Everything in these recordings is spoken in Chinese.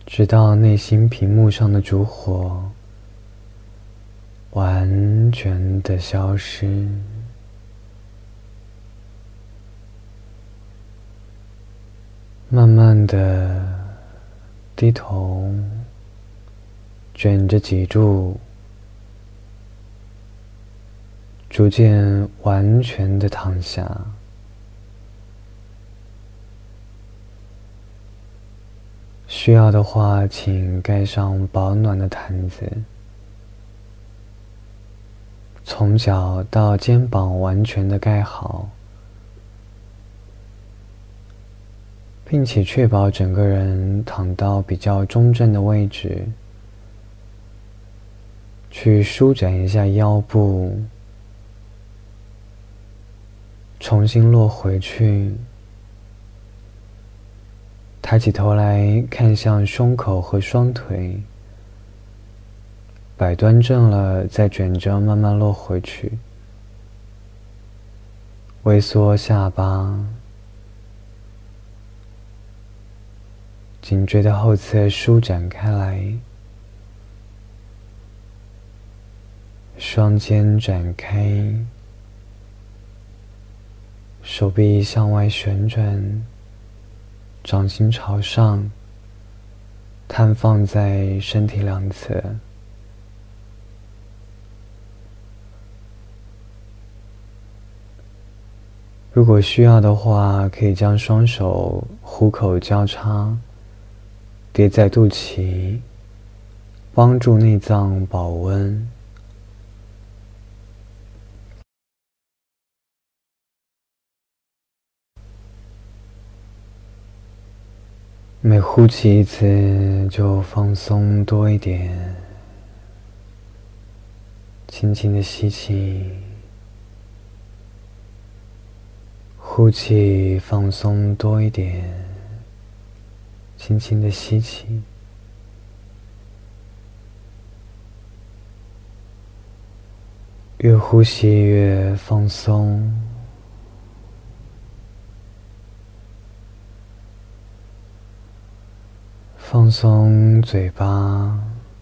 直到内心屏幕上的烛火完全的消失。慢慢的低头，卷着脊柱，逐渐完全的躺下。需要的话，请盖上保暖的毯子，从脚到肩膀完全的盖好，并且确保整个人躺到比较中正的位置。去舒展一下腰部，重新落回去。抬起头来看向胸口和双腿，摆端正了，再卷着慢慢落回去。微缩下巴，颈椎的后侧舒展开来，双肩展开，手臂向外旋转，掌心朝上，摊放在身体两侧。如果需要的话，可以将双手虎口交叉，叠在肚脐，帮助内脏保温。每呼气一次，就放松多一点。轻轻的吸气，呼气，放松多一点。轻轻的吸气，越呼吸越放松。放松嘴巴，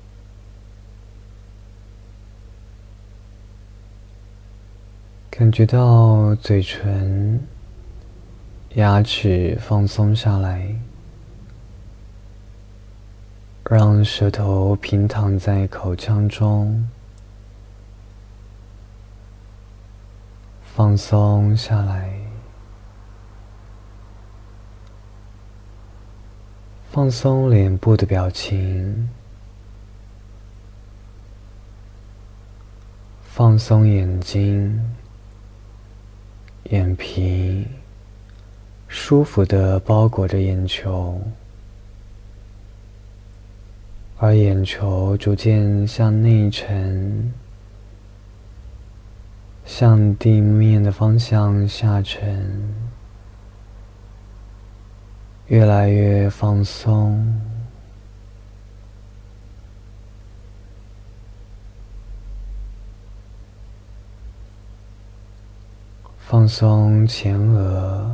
感觉到嘴唇、牙齿放松下来，让舌头平躺在口腔中，放松下来。放松脸部的表情，放松眼睛、眼皮，舒服地包裹着眼球，而眼球逐渐向内沉，向地面的方向下沉，越来越放松。放松前额、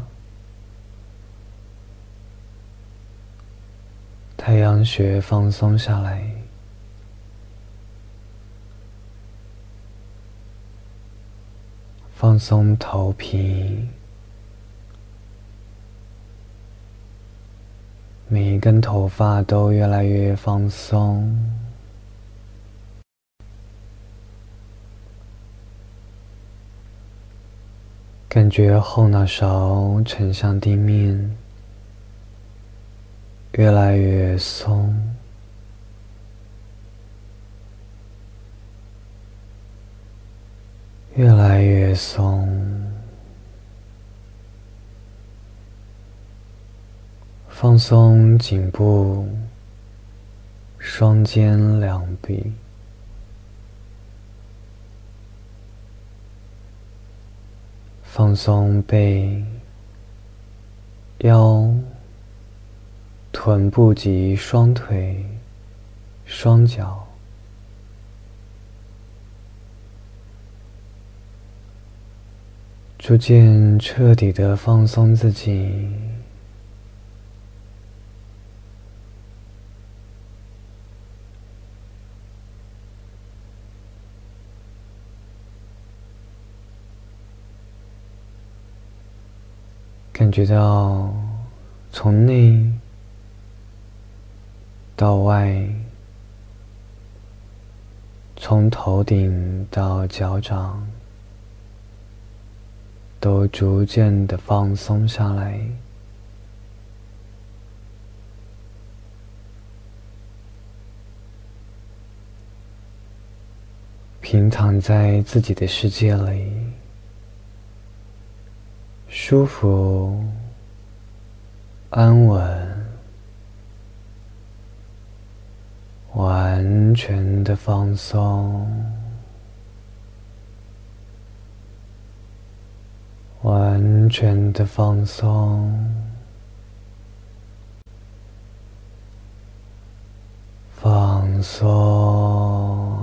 太阳穴放松下来，放松头皮，每一根头发都越来越放松。感觉后脑勺沉向地面，越来越松，越来越松。放松颈部、双肩两臂，放松背、腰、臀部及双腿、双脚，逐渐彻底的放松自己。 感觉到从内到外，从头顶到脚掌，都逐渐的放松下来，平躺在自己的世界里，舒服、安稳，完全的放松，完全的放松，放松。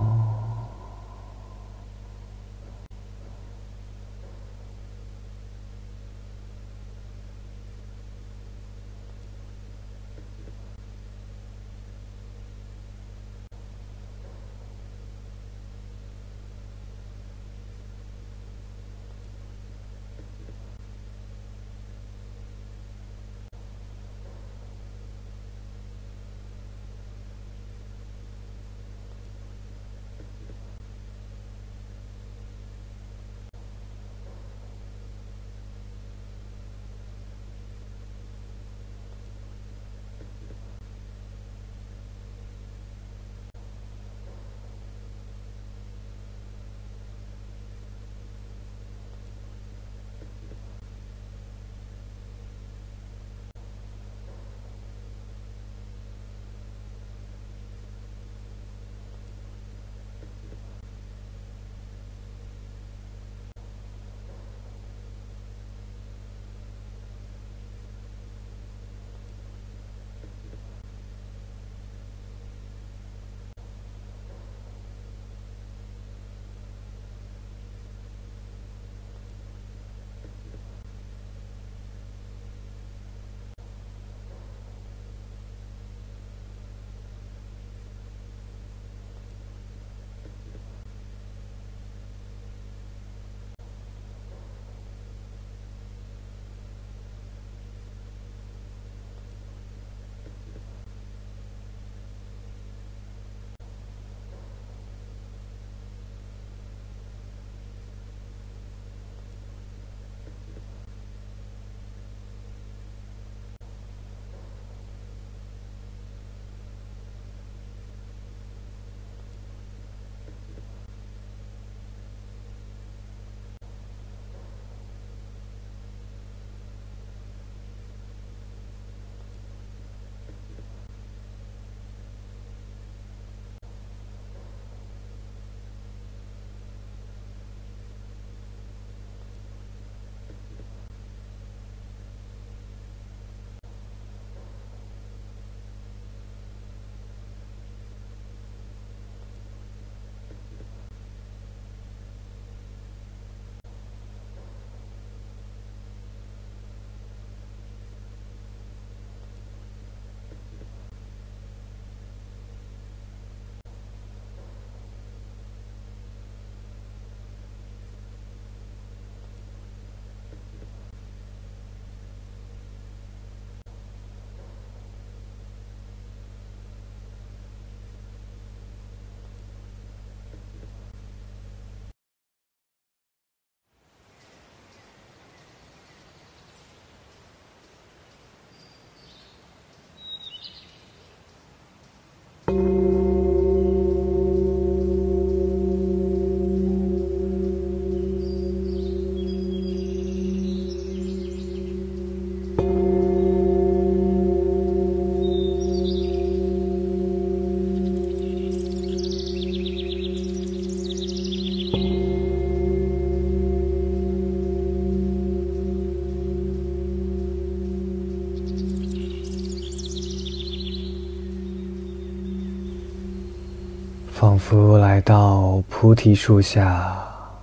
仿佛来到菩提树下，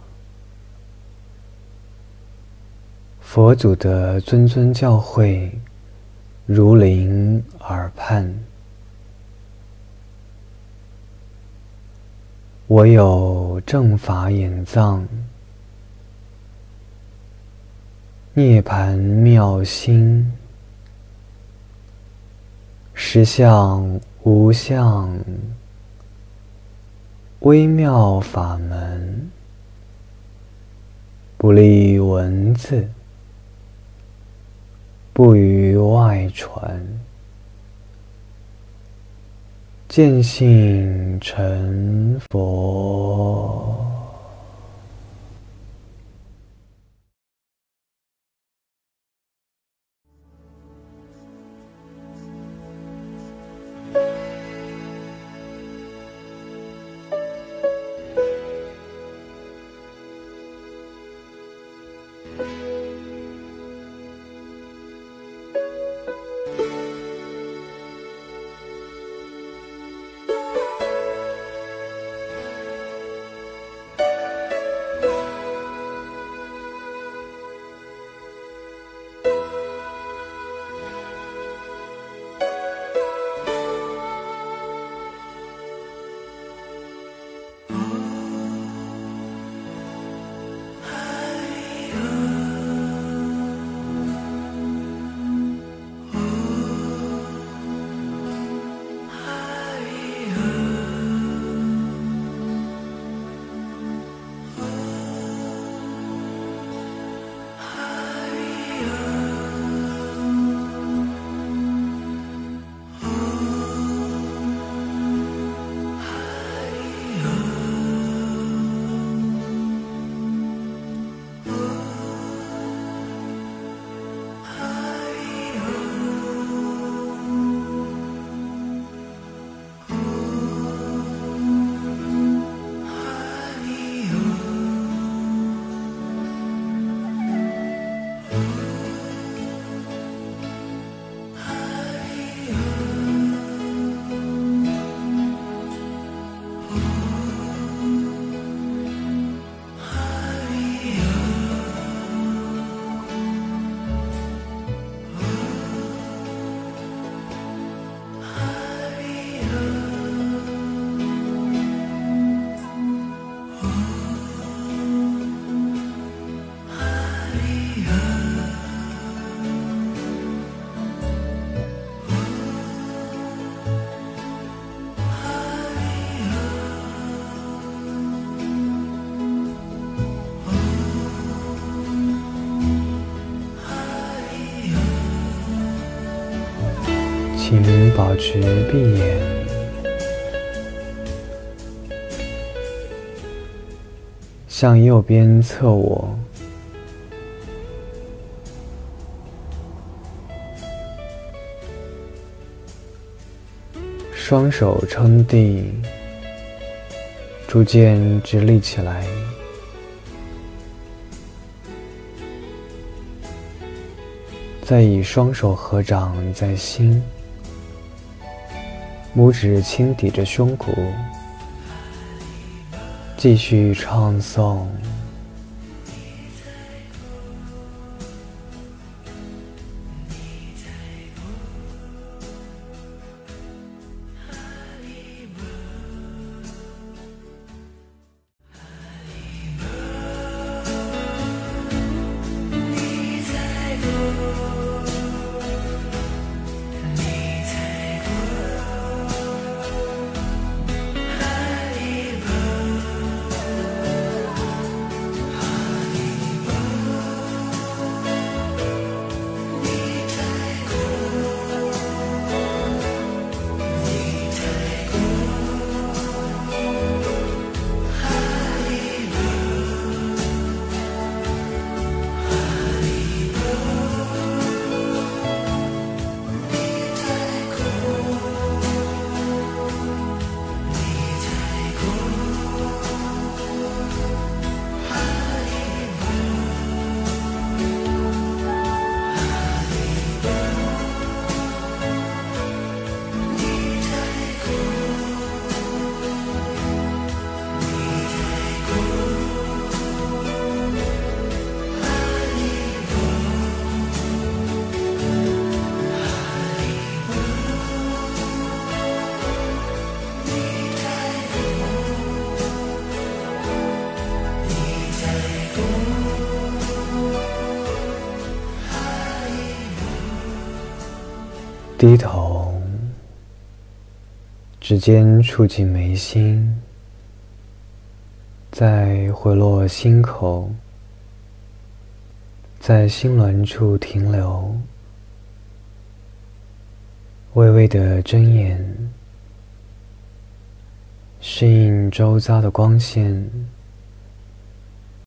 佛祖的谆谆教诲如临耳畔。我有正法眼藏， 涅盘妙心，实相无相，微妙法门，不立文字，不与外传，见性成佛。请保持闭眼，向右边侧卧，双手撑地，逐渐直立起来。再以双手合掌在心，拇指轻抵着胸骨，继续唱诵。 低头，指尖触及眉心，再回落心口，在心轮处停留，微微的睁眼，适应周遭的光线，